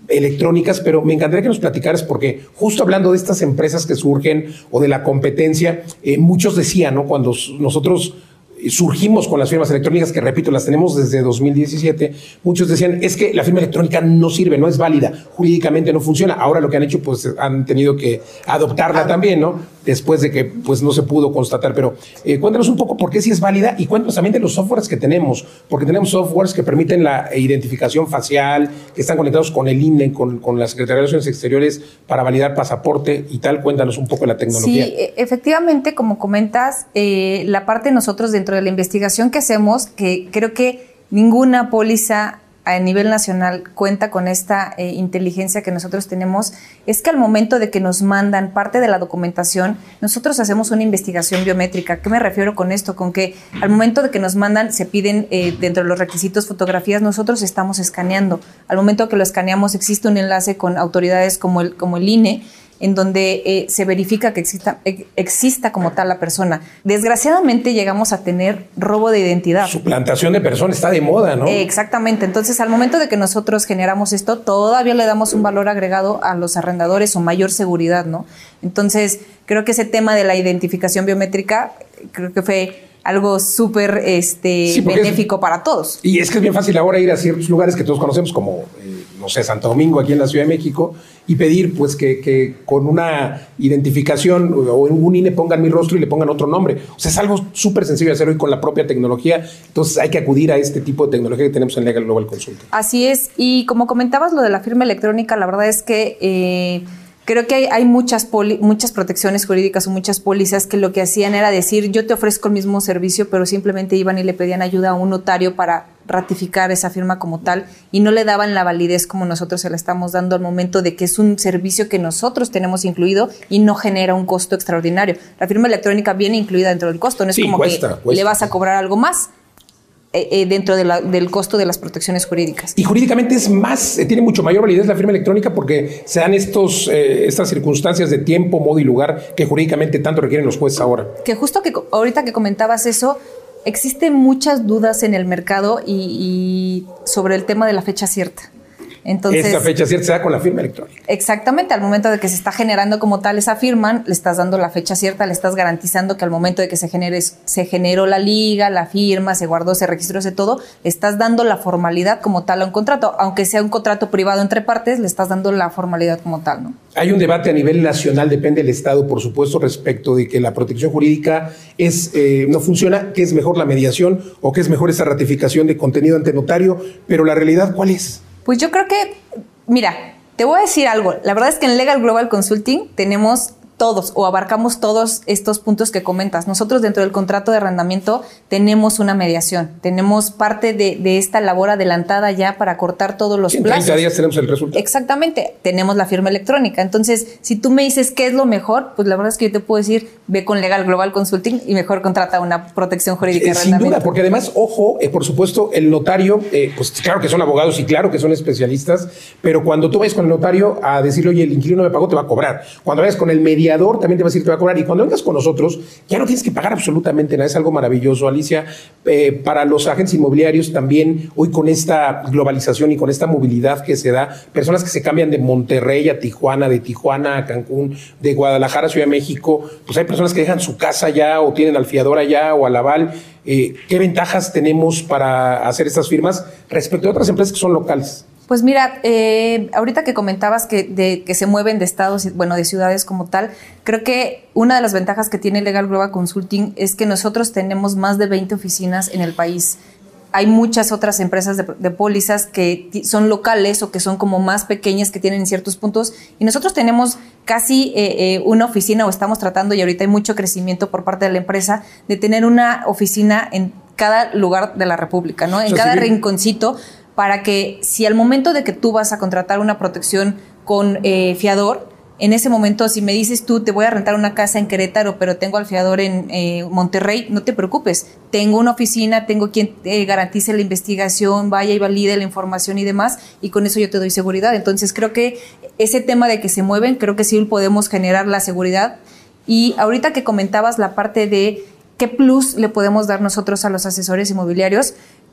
electrónicas, pero me encantaría que nos platicaras porque justo hablando de estas empresas que surgen o de la competencia, eh, muchos decían, ¿no? Cuando nosotros surgimos con las firmas electrónicas, que repito, las tenemos desde dos mil diecisiete, muchos decían, es que la firma electrónica no sirve, no es válida, jurídicamente no funciona. Ahora lo que han hecho, pues han tenido que adoptarla también, ¿no? Después de que pues no se pudo constatar. Pero eh, cuéntanos un poco por qué sí es válida y cuéntanos también de los softwares que tenemos, porque tenemos softwares que permiten la identificación facial, que están conectados con el I N E, con, con la Secretaría de Relaciones Exteriores para validar pasaporte y tal. Cuéntanos un poco de la tecnología. Sí, efectivamente, como comentas, eh, la parte de nosotros dentro de la investigación que hacemos, que creo que ninguna póliza a nivel nacional cuenta con esta eh, inteligencia que nosotros tenemos, es que al momento de que nos mandan parte de la documentación, nosotros hacemos una investigación biométrica. ¿Qué me refiero con esto? Con que al momento de que nos mandan, se piden eh, dentro de los requisitos fotografías, nosotros estamos escaneando. Al momento que lo escaneamos, existe un enlace con autoridades como el, como el I N E, en donde eh, se verifica que exista, eh, exista como tal la persona. Desgraciadamente llegamos a tener robo de identidad. Suplantación de personas está de moda, ¿no? Eh, exactamente. Entonces, al momento de que nosotros generamos esto, todavía le damos un valor agregado a los arrendadores o mayor seguridad, ¿no? Entonces, creo que ese tema de la identificación biométrica, creo que fue algo súper este, sí, benéfico es, para todos. Y es que es bien fácil ahora ir a ciertos lugares que todos conocemos, como, eh, no sé, Santo Domingo, aquí en la Ciudad de México, y pedir pues que, que con una identificación o en un I N E pongan mi rostro y le pongan otro nombre. O sea, es algo súper sencillo de hacer hoy con la propia tecnología. Entonces hay que acudir a este tipo de tecnología que tenemos en Legal Global Consulting. Así es. Y como comentabas lo de la firma electrónica, la verdad es que eh, creo que hay, hay muchas, poli, muchas protecciones jurídicas o muchas pólizas que lo que hacían era decir, yo te ofrezco el mismo servicio, pero simplemente iban y le pedían ayuda a un notario para ratificar esa firma como tal y no le daban la validez como nosotros se la estamos dando al momento de que es un servicio que nosotros tenemos incluido y no genera un costo extraordinario. La firma electrónica viene incluida dentro del costo, no es sí, como cuesta, que cuesta. Le vas a cobrar algo más. Eh, eh, dentro de la, del costo de las protecciones jurídicas. Y jurídicamente es más, eh, tiene mucho mayor validez la firma electrónica porque se dan estos, eh, estas circunstancias de tiempo, modo y lugar que jurídicamente tanto requieren los jueces ahora. Que justo que ahorita que comentabas eso, existen muchas dudas en el mercado y, y sobre el tema de la fecha cierta. Entonces, esta fecha cierta se da con la firma electrónica. Exactamente, al momento de que se está generando como tal esa firma, le estás dando la fecha cierta, le estás garantizando que al momento de que se genere, se generó la liga, la firma, se guardó, se registró, ese todo, le estás dando la formalidad como tal a un contrato, aunque sea un contrato privado entre partes, le estás dando la formalidad como tal, ¿no? Hay un debate a nivel nacional, depende del Estado, por supuesto, respecto de que la protección jurídica es, eh, no funciona, que es mejor la mediación o que es mejor esa ratificación de contenido ante notario, pero la realidad, ¿cuál es? Pues yo creo que, mira, te voy a decir algo. La verdad es que en Legal Global Consulting tenemos todos o abarcamos todos estos puntos que comentas. Nosotros dentro del contrato de arrendamiento tenemos una mediación, tenemos parte de, de esta labor adelantada ya para cortar todos los sí, en plazos. treinta días tenemos el resultado. Exactamente, tenemos la firma electrónica. Entonces, si tú me dices qué es lo mejor, pues la verdad es que yo te puedo decir, ve con Legal Global Consulting y mejor contrata una protección jurídica de arrendamiento. Sin duda, porque además, ojo, eh, por supuesto, el notario, eh, pues claro que son abogados y claro que son especialistas, pero cuando tú vayas con el notario a decirle, oye, el inquilino me pagó, te va a cobrar. Cuando vayas con el mediador, también te va a decir, te va a cobrar. Y cuando vengas con nosotros, ya no tienes que pagar absolutamente nada. Es algo maravilloso, Alicia. Eh, para los agentes inmobiliarios también, hoy con esta globalización y con esta movilidad que se da, personas que se cambian de Monterrey a Tijuana, de Tijuana a Cancún, de Guadalajara a Ciudad de México, pues hay personas que dejan su casa allá o tienen al fiador allá o al aval. Eh, ¿Qué ventajas tenemos para hacer estas firmas respecto a otras empresas que son locales? Pues mira, eh, ahorita que comentabas que, de, que se mueven de estados, bueno, de ciudades como tal, creo que una de las ventajas que tiene Legal Global Consulting es que nosotros tenemos más de veinte oficinas en el país. Hay muchas otras empresas de, de pólizas que t- son locales o que son como más pequeñas, que tienen ciertos puntos, y nosotros tenemos casi eh, eh, una oficina, o estamos tratando, y ahorita hay mucho crecimiento por parte de la empresa, de tener una oficina en cada lugar de la República, ¿no? En cada sí, rinconcito, para que si al momento de que tú vas a contratar una protección con eh, fiador, en ese momento, si me dices tú, te voy a rentar una casa en Querétaro, pero tengo al fiador en eh, Monterrey, no te preocupes. Tengo una oficina, tengo quien eh, garantice la investigación, vaya y valide la información y demás, y con eso yo te doy seguridad. Entonces, creo que ese tema de que se mueven, creo que sí podemos generar la seguridad. Y ahorita que comentabas la parte de qué plus le podemos dar nosotros a los asesores inmobiliarios,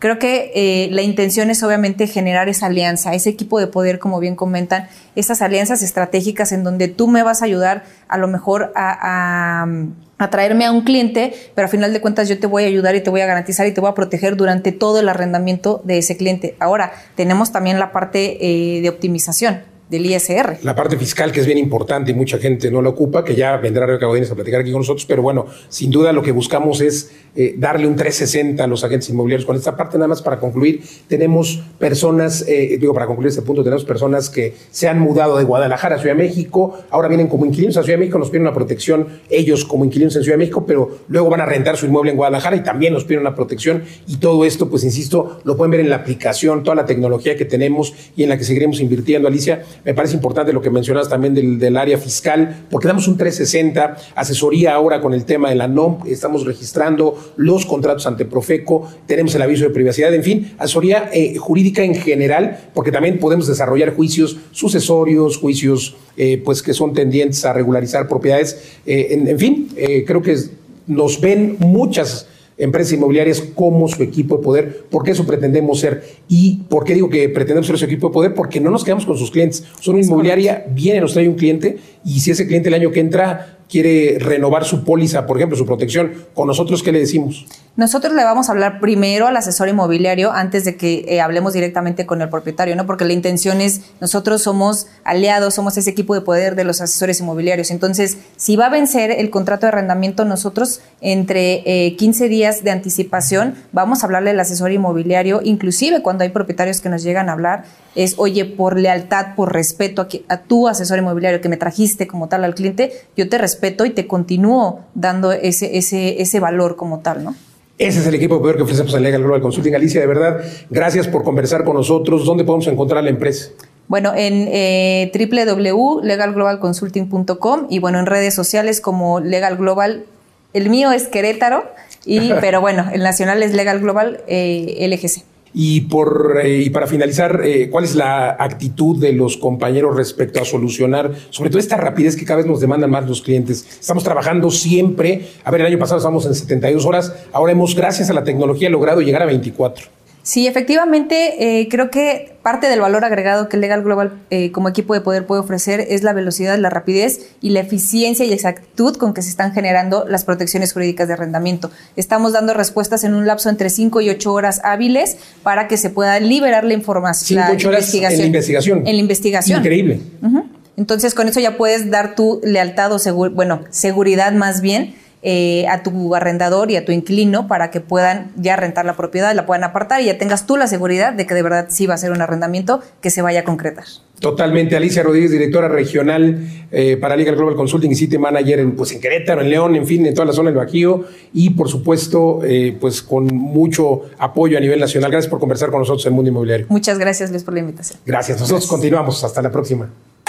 Creo que eh, la intención es obviamente generar esa alianza, ese equipo de poder, como bien comentan, esas alianzas estratégicas en donde tú me vas a ayudar a lo mejor a, a, a traerme a un cliente, pero a final de cuentas yo te voy a ayudar y te voy a garantizar y te voy a proteger durante todo el arrendamiento de ese cliente. Ahora, tenemos también la parte eh, de optimización del I S R. La parte fiscal, que es bien importante y mucha gente no la ocupa, que ya vendrá Rebeca Godínez a platicar aquí con nosotros, pero bueno, sin duda lo que buscamos es eh, darle un trescientos sesenta a los agentes inmobiliarios. Con esta parte, nada más para concluir, tenemos personas, eh, digo, para concluir este punto, tenemos personas que se han mudado de Guadalajara a Ciudad de México, ahora vienen como inquilinos a Ciudad de México, nos piden una protección ellos como inquilinos en Ciudad de México, pero luego van a rentar su inmueble en Guadalajara y también nos piden una protección, y todo esto, pues insisto, lo pueden ver en la aplicación, toda la tecnología que tenemos y en la que seguiremos invirtiendo. Alicia, me parece importante lo que mencionas también del, del área fiscal, porque damos un trescientos sesenta, asesoría ahora con el tema de la N O M, estamos registrando los contratos ante Profeco, tenemos el aviso de privacidad, en fin, asesoría eh, jurídica en general, porque también podemos desarrollar juicios sucesorios, juicios eh, pues que son tendientes a regularizar propiedades, eh, en, en fin, eh, creo que nos ven muchas empresas inmobiliarias como su equipo de poder, porque eso pretendemos ser. ¿Y por qué digo que pretendemos ser su equipo de poder? Porque no nos quedamos con sus clientes. Son una inmobiliaria, viene, nos trae un cliente, y si ese cliente el año que entra quiere renovar su póliza, por ejemplo, su protección, con nosotros, ¿qué le decimos? Nosotros le vamos a hablar primero al asesor inmobiliario antes de que eh, hablemos directamente con el propietario, ¿no? Porque la intención es, nosotros somos aliados, somos ese equipo de poder de los asesores inmobiliarios. Entonces, si va a vencer el contrato de arrendamiento, nosotros entre eh, quince días de anticipación vamos a hablarle al asesor inmobiliario, inclusive cuando hay propietarios que nos llegan a hablar, es, oye, por lealtad, por respeto a, que, a tu asesor inmobiliario que me trajiste como tal al cliente, yo te respeto y te continúo dando ese, ese, ese valor como tal, ¿no? Ese es el equipo de poder que ofrecemos en Legal Global Consulting. Alicia, de verdad, gracias por conversar con nosotros. ¿Dónde podemos encontrar a la empresa? Bueno, en eh, doble u doble u doble u punto legal global consulting punto com y bueno, en redes sociales como Legal Global. El mío es Querétaro, y, pero bueno, el nacional es Legal Global eh, L G C. Y, por, eh, y para finalizar, eh, ¿cuál es la actitud de los compañeros respecto a solucionar, sobre todo esta rapidez que cada vez nos demandan más los clientes? Estamos trabajando siempre, a ver, el año pasado estábamos en setenta y dos horas, ahora hemos, gracias a la tecnología, logrado llegar a veinticuatro. Sí, efectivamente, eh, creo que parte del valor agregado que Legal Global eh, como equipo de poder puede ofrecer es la velocidad, la rapidez y la eficiencia y exactitud con que se están generando las protecciones jurídicas de arrendamiento. Estamos dando respuestas en un lapso entre cinco y ocho horas hábiles para que se pueda liberar la información. cinco y ocho horas en la investigación. En la investigación. Increíble. Uh-huh. Entonces, con eso ya puedes dar tu lealtad o seguro, bueno, seguridad más bien, Eh, a tu arrendador y a tu inquilino para que puedan ya rentar la propiedad, la puedan apartar y ya tengas tú la seguridad de que de verdad sí va a ser un arrendamiento que se vaya a concretar. Totalmente. Alicia Rodríguez, directora regional eh, para Legal Global Consulting y City Manager en, pues, en Querétaro, en León, en fin, en toda la zona del Bajío y por supuesto eh, pues con mucho apoyo a nivel nacional. Gracias por conversar con nosotros en Mundo Inmobiliario. Muchas gracias, Luis, por la invitación. Gracias. Nosotros gracias. Continuamos. Hasta la próxima.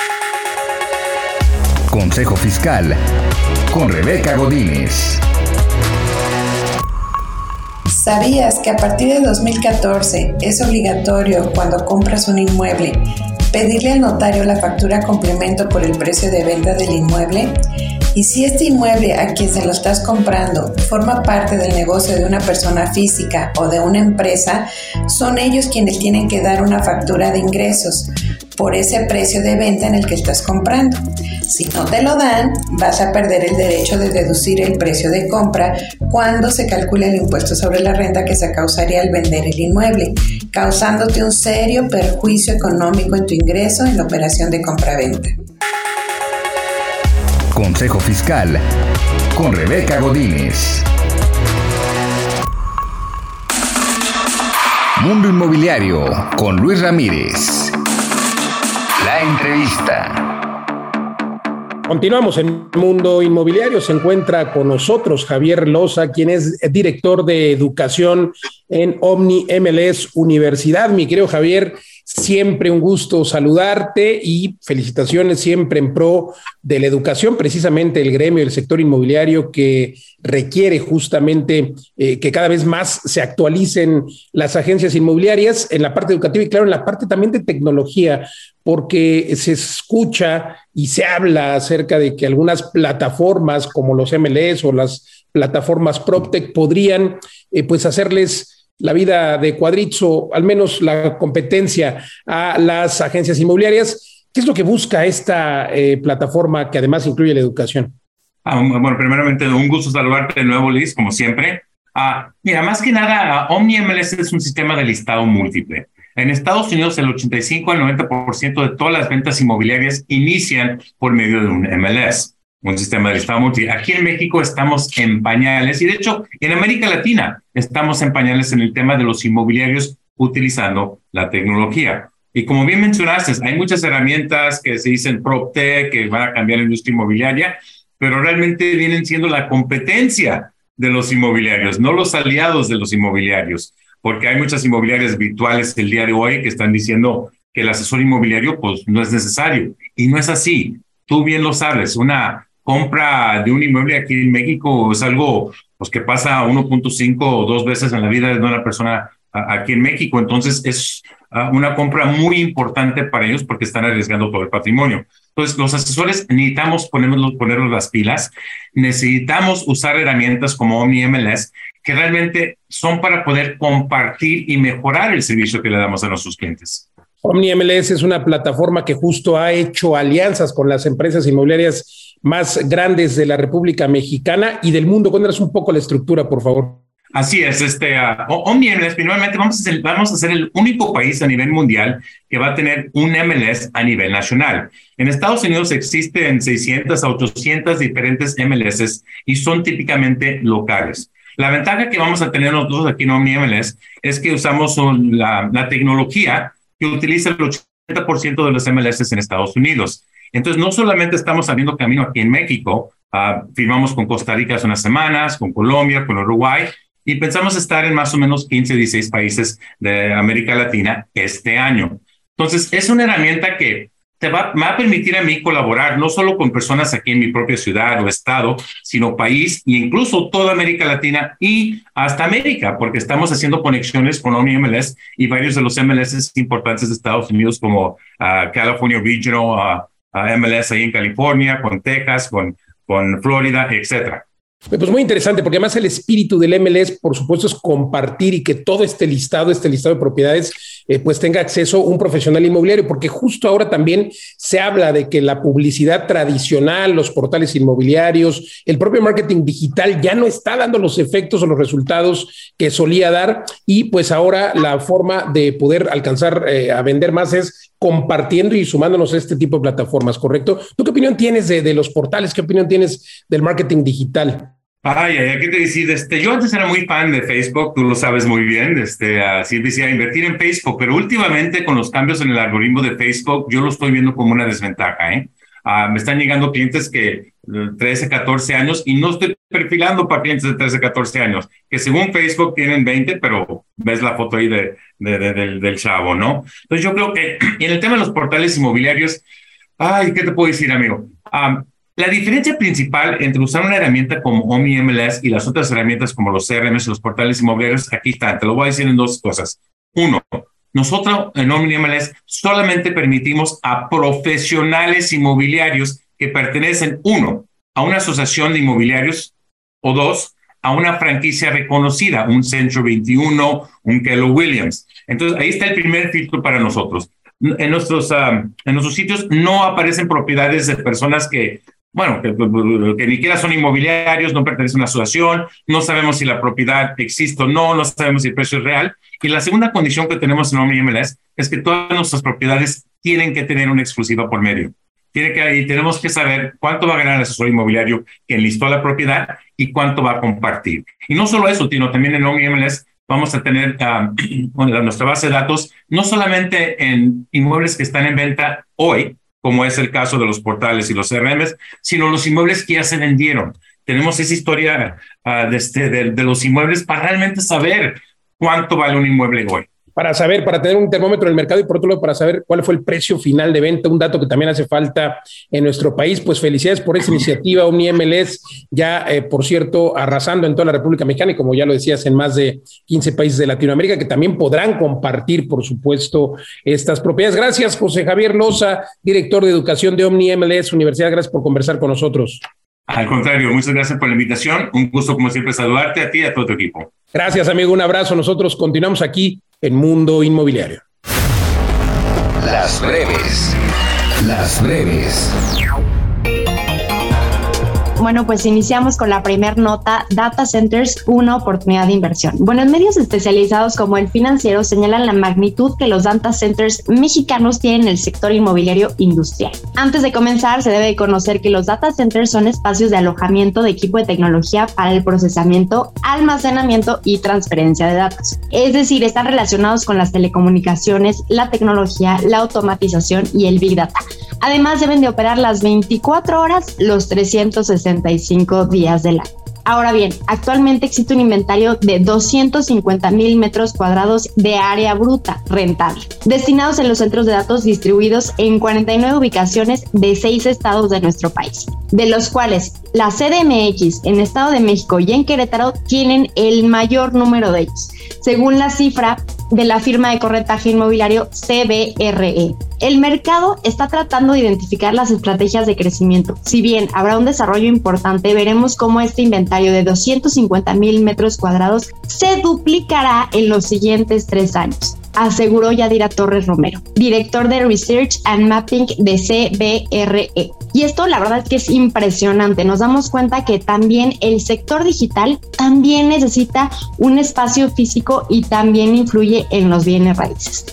Consejo Fiscal con Rebeca Godínez. ¿Sabías que a partir de dos mil catorce es obligatorio cuando compras un inmueble pedirle al notario la factura complemento por el precio de venta del inmueble? Y si este inmueble a quien se lo estás comprando forma parte del negocio de una persona física o de una empresa, son ellos quienes tienen que dar una factura de ingresos por ese precio de venta en el que estás comprando. Si no te lo dan, vas a perder el derecho de deducir el precio de compra cuando se calcule el impuesto sobre la renta que se causaría al vender el inmueble, causándote un serio perjuicio económico en tu ingreso en la operación de compra-venta. Consejo Fiscal con Rebeca Godínez. Mundo Inmobiliario con Luis Ramírez. La entrevista. Continuamos en Mundo Inmobiliario. Se encuentra con nosotros Javier Loza, quien es director de educación en Omni M L S Universidad. Mi querido Javier, siempre un gusto saludarte y felicitaciones siempre en pro de la educación, precisamente el gremio del sector inmobiliario que requiere justamente eh, que cada vez más se actualicen las agencias inmobiliarias en la parte educativa y claro, en la parte también de tecnología, porque se escucha y se habla acerca de que algunas plataformas como los M L S o las plataformas PropTech podrían eh, pues hacerles la vida de cuadritos o al menos la competencia a las agencias inmobiliarias. ¿Qué es lo que busca esta eh, plataforma que además incluye la educación? Ah, bueno, primeramente un gusto saludarte de nuevo, Luis, como siempre. Ah, mira, más que nada, uh, OmniMLS es un sistema de listado múltiple. En Estados Unidos, el ochenta y cinco al noventa por ciento de todas las ventas inmobiliarias inician por medio de un M L S, un sistema de listado múltiple. Aquí en México estamos en pañales y, de hecho, en América Latina estamos en pañales en el tema de los inmobiliarios utilizando la tecnología. Y como bien mencionaste, hay muchas herramientas que se dicen PropTech, que van a cambiar la industria inmobiliaria, pero realmente vienen siendo la competencia de los inmobiliarios, no los aliados de los inmobiliarios. Porque hay muchas inmobiliarias virtuales el día de hoy que están diciendo que el asesor inmobiliario pues no es necesario. Y no es así. Tú bien lo sabes, una compra de un inmueble aquí en México es algo pues, que pasa uno punto cinco o dos veces en la vida de una persona a, aquí en México. Entonces es uh, una compra muy importante para ellos porque están arriesgando todo el patrimonio. Entonces los asesores necesitamos ponernos, ponernos las pilas, necesitamos usar herramientas como OmniMLS que realmente son para poder compartir y mejorar el servicio que le damos a nuestros clientes. OmniMLS es una plataforma que justo ha hecho alianzas con las empresas inmobiliarias más grandes de la República Mexicana y del mundo. Cuéntanos un poco la estructura, por favor. Así es, este, uh, OmniMLS, finalmente vamos a, ser, vamos a ser el único país a nivel mundial que va a tener un M L S a nivel nacional. En Estados Unidos existen seiscientas a ochocientas diferentes M L S y son típicamente locales. La ventaja que vamos a tener nosotros aquí en OmniMLS es que usamos un, la, la tecnología que utiliza el ochenta por ciento de los M L S en Estados Unidos. Entonces, no solamente estamos abriendo camino aquí en México, uh, firmamos con Costa Rica hace unas semanas, con Colombia, con Uruguay, y pensamos estar en más o menos quince, dieciséis países de América Latina este año. Entonces, es una herramienta que te va, me va a permitir a mí colaborar no solo con personas aquí en mi propia ciudad o estado, sino país e incluso toda América Latina y hasta América, porque estamos haciendo conexiones con OmniMLS y varios de los M L S importantes de Estados Unidos como uh, California Regional uh, uh, M L S ahí en California, con Texas, con, con Florida, etcétera. Pues muy interesante, porque además el espíritu del M L S, por supuesto, es compartir y que todo este listado, este listado de propiedades, eh, pues tenga acceso un profesional inmobiliario, porque justo ahora también se habla de que la publicidad tradicional, los portales inmobiliarios, el propio marketing digital ya no está dando los efectos o los resultados que solía dar, y pues ahora la forma de poder alcanzar eh, a vender más es compartiendo y sumándonos a este tipo de plataformas, ¿correcto? ¿Tú qué opinión tienes de, de los portales? ¿Qué opinión tienes del marketing digital? Ay, ay, ¿qué te decir? Este, yo antes era muy fan de Facebook, tú lo sabes muy bien, este, así decía, invertir en Facebook, pero últimamente con los cambios en el algoritmo de Facebook, yo lo estoy viendo como una desventaja, ¿eh? Uh, me están llegando clientes que trece, catorce años y no estoy perfilando para clientes de trece, catorce años, que según Facebook tienen veinte, pero ves la foto ahí de, de, de, del, del chavo, ¿no? Entonces yo creo que en el tema de los portales inmobiliarios, ay, ¿qué te puedo decir, amigo? Um, La diferencia principal entre usar una herramienta como OmniMLS y las otras herramientas como los C R Ms y los portales inmobiliarios, aquí está, te lo voy a decir en dos cosas. Uno, nosotros en OmniMLS solamente permitimos a profesionales inmobiliarios que pertenecen, uno, a una asociación de inmobiliarios, o dos, a una franquicia reconocida, un Century veintiuno, un Keller Williams. Entonces, ahí está el primer filtro para nosotros. En nuestros, um, en nuestros sitios no aparecen propiedades de personas que Bueno, que, que ni siquiera son inmobiliarios, no pertenecen a una asociación, no sabemos si la propiedad existe o no, no sabemos si el precio es real. Y la segunda condición que tenemos en OmniMLS es que todas nuestras propiedades tienen que tener una exclusiva por medio. Tiene que, y tenemos que saber cuánto va a ganar el asesor inmobiliario que enlistó la propiedad y cuánto va a compartir. Y no solo eso, sino también en OmniMLS vamos a tener uh, bueno, nuestra base de datos, no solamente en inmuebles que están en venta hoy, como es el caso de los portales y los C R Ms, sino los inmuebles que ya se vendieron. Tenemos esa historia uh, de, este, de, de los inmuebles para realmente saber cuánto vale un inmueble hoy. Para saber, para tener un termómetro del mercado y por otro lado para saber cuál fue el precio final de venta, un dato que también hace falta en nuestro país. Pues felicidades por esta iniciativa OmniMLS, ya eh, por cierto arrasando en toda la República Mexicana y como ya lo decías en más de quince países de Latinoamérica que también podrán compartir por supuesto estas propiedades. Gracias José Javier Loza, director de educación de OmniMLS Universidad, gracias por conversar con nosotros. Al contrario, muchas gracias por la invitación. Un gusto, como siempre, saludarte a ti y a todo tu equipo. Gracias, amigo. Un abrazo. Nosotros continuamos aquí en Mundo Inmobiliario. Las breves. Las breves. Bueno, pues iniciamos con la primer nota, Data Centers, una oportunidad de inversión. Bueno, en medios especializados como El Financiero señalan la magnitud que los data centers mexicanos tienen en el sector inmobiliario industrial. Antes de comenzar, se debe conocer que los data centers son espacios de alojamiento de equipo de tecnología para el procesamiento, almacenamiento y transferencia de datos. Es decir, están relacionados con las telecomunicaciones, la tecnología, la automatización y el Big Data. Además, deben de operar las veinticuatro horas, los trescientos sesenta y cinco días del año. Ahora bien, actualmente existe un inventario de doscientos cincuenta mil metros cuadrados de área bruta rentable, destinados en los centros de datos distribuidos en cuarenta y nueve ubicaciones de seis estados de nuestro país, de los cuales la C D M X en Estado de México y en Querétaro tienen el mayor número de ellos, según la cifra de la firma de corretaje inmobiliario C B R E. El mercado está tratando de identificar las estrategias de crecimiento. Si bien habrá un desarrollo importante, veremos cómo este inventario de doscientos cincuenta mil metros cuadrados se duplicará en los siguientes tres años, aseguró Yadira Torres Romero, director de Research and Mapping de C B R E. Y esto la verdad es que es impresionante. Nos damos cuenta que también el sector digital también necesita un espacio físico y también influye en los bienes raíces.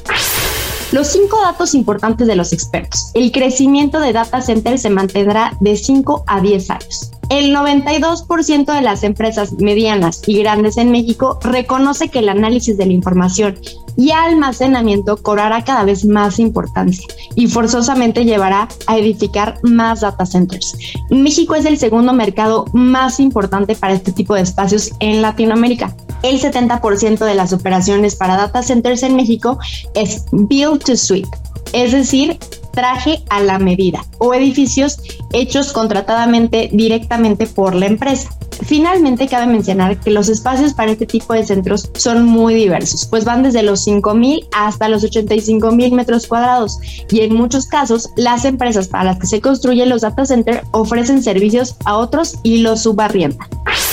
Los cinco datos importantes de los expertos. El crecimiento de data centers se mantendrá de cinco a diez años. El noventa y dos por ciento de las empresas medianas y grandes en México reconoce que el análisis de la información y almacenamiento cobrará cada vez más importancia y forzosamente llevará a edificar más data centers. México es el segundo mercado más importante para este tipo de espacios en Latinoamérica. El setenta por ciento de las operaciones para data centers en México es build to suit, es decir, traje a la medida, o edificios hechos contratadamente directamente por la empresa. Finalmente, cabe mencionar que los espacios para este tipo de centros son muy diversos, pues van desde los cinco mil hasta los ochenta y cinco mil metros cuadrados, y en muchos casos, las empresas para las que se construyen los data centers ofrecen servicios a otros y los subarriendan.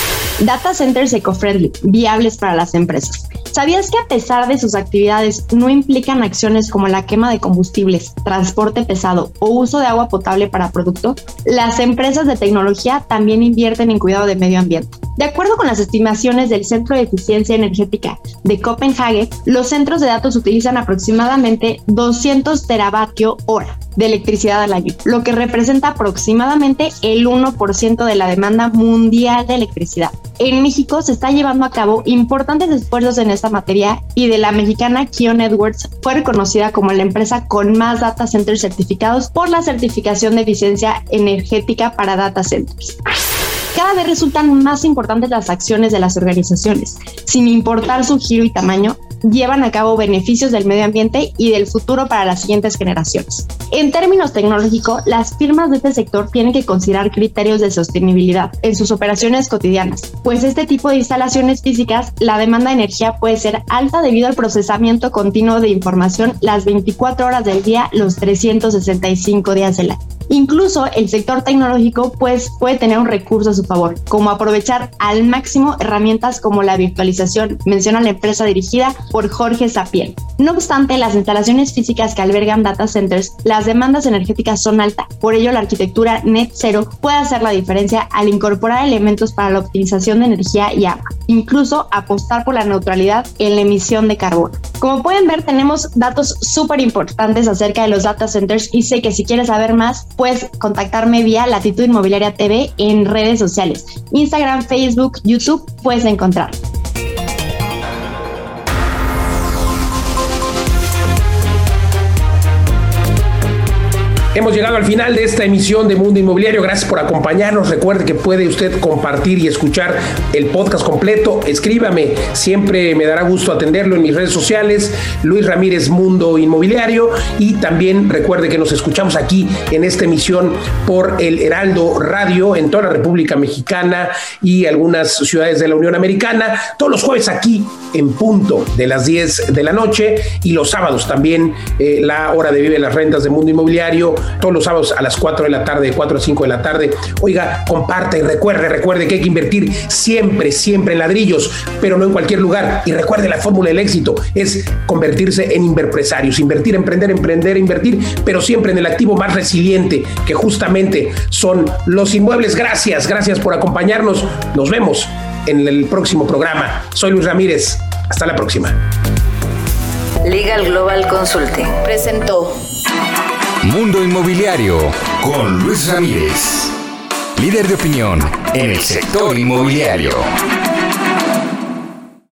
Data centers eco-friendly, viables para las empresas. ¿Sabías que a pesar de sus actividades no implican acciones como la quema de combustibles, transporte pesado o uso de agua potable para producto? Las empresas de tecnología también invierten en cuidado del medio ambiente. De acuerdo con las estimaciones del Centro de Eficiencia Energética de Copenhague, los centros de datos utilizan aproximadamente doscientos teravatio hora de electricidad al año, lo que representa aproximadamente el uno por ciento de la demanda mundial de electricidad. En México se está llevando a cabo importantes esfuerzos en esta materia y de la mexicana Kio Networks fue reconocida como la empresa con más data centers certificados por la certificación de eficiencia energética para data centers. Cada vez resultan más importantes las acciones de las organizaciones, sin importar su giro y tamaño, llevan a cabo beneficios del medio ambiente y del futuro para las siguientes generaciones. En términos tecnológicos, las firmas de este sector tienen que considerar criterios de sostenibilidad en sus operaciones cotidianas, pues este tipo de instalaciones físicas, la demanda de energía puede ser alta debido al procesamiento continuo de información las veinticuatro horas del día, los trescientos sesenta y cinco días del año. Incluso el sector tecnológico pues, puede tener un recurso a su favor, como aprovechar al máximo herramientas como la virtualización, menciona la empresa dirigida por Jorge Sapiel. No obstante, las instalaciones físicas que albergan data centers, las demandas energéticas son altas, por ello la arquitectura net zero puede hacer la diferencia al incorporar elementos para la optimización de energía y agua, incluso apostar por la neutralidad en la emisión de carbono. Como pueden ver, tenemos datos súper importantes acerca de los data centers y sé que si quieres saber más, puedes contactarme vía Latitud Inmobiliaria T V en redes sociales. Instagram, Facebook, YouTube, puedes encontrar. Hemos llegado al final de esta emisión de Mundo Inmobiliario. Gracias por acompañarnos. Recuerde que puede usted compartir y escuchar el podcast completo. Escríbame, siempre me dará gusto atenderlo en mis redes sociales. Luis Ramírez Mundo Inmobiliario. Y también recuerde que nos escuchamos aquí en esta emisión por el Heraldo Radio en toda la República Mexicana y algunas ciudades de la Unión Americana. Todos los jueves aquí en punto de las diez de la noche y los sábados también eh, la hora de Vive las Rentas de Mundo Inmobiliario todos los sábados a las cuatro de la tarde, de cuatro a cinco de la tarde. Oiga, comparta y recuerde, recuerde que hay que invertir siempre, siempre en ladrillos, pero no en cualquier lugar. Y recuerde, la fórmula del éxito es convertirse en inverpresarios, invertir, emprender, emprender, invertir, pero siempre en el activo más resiliente, que justamente son los inmuebles. Gracias, gracias por acompañarnos. Nos vemos en el próximo programa. Soy Luis Ramírez. Hasta la próxima. Legal Global Consulting presentó Mundo Inmobiliario con Luis Ramírez, líder de opinión en el sector inmobiliario.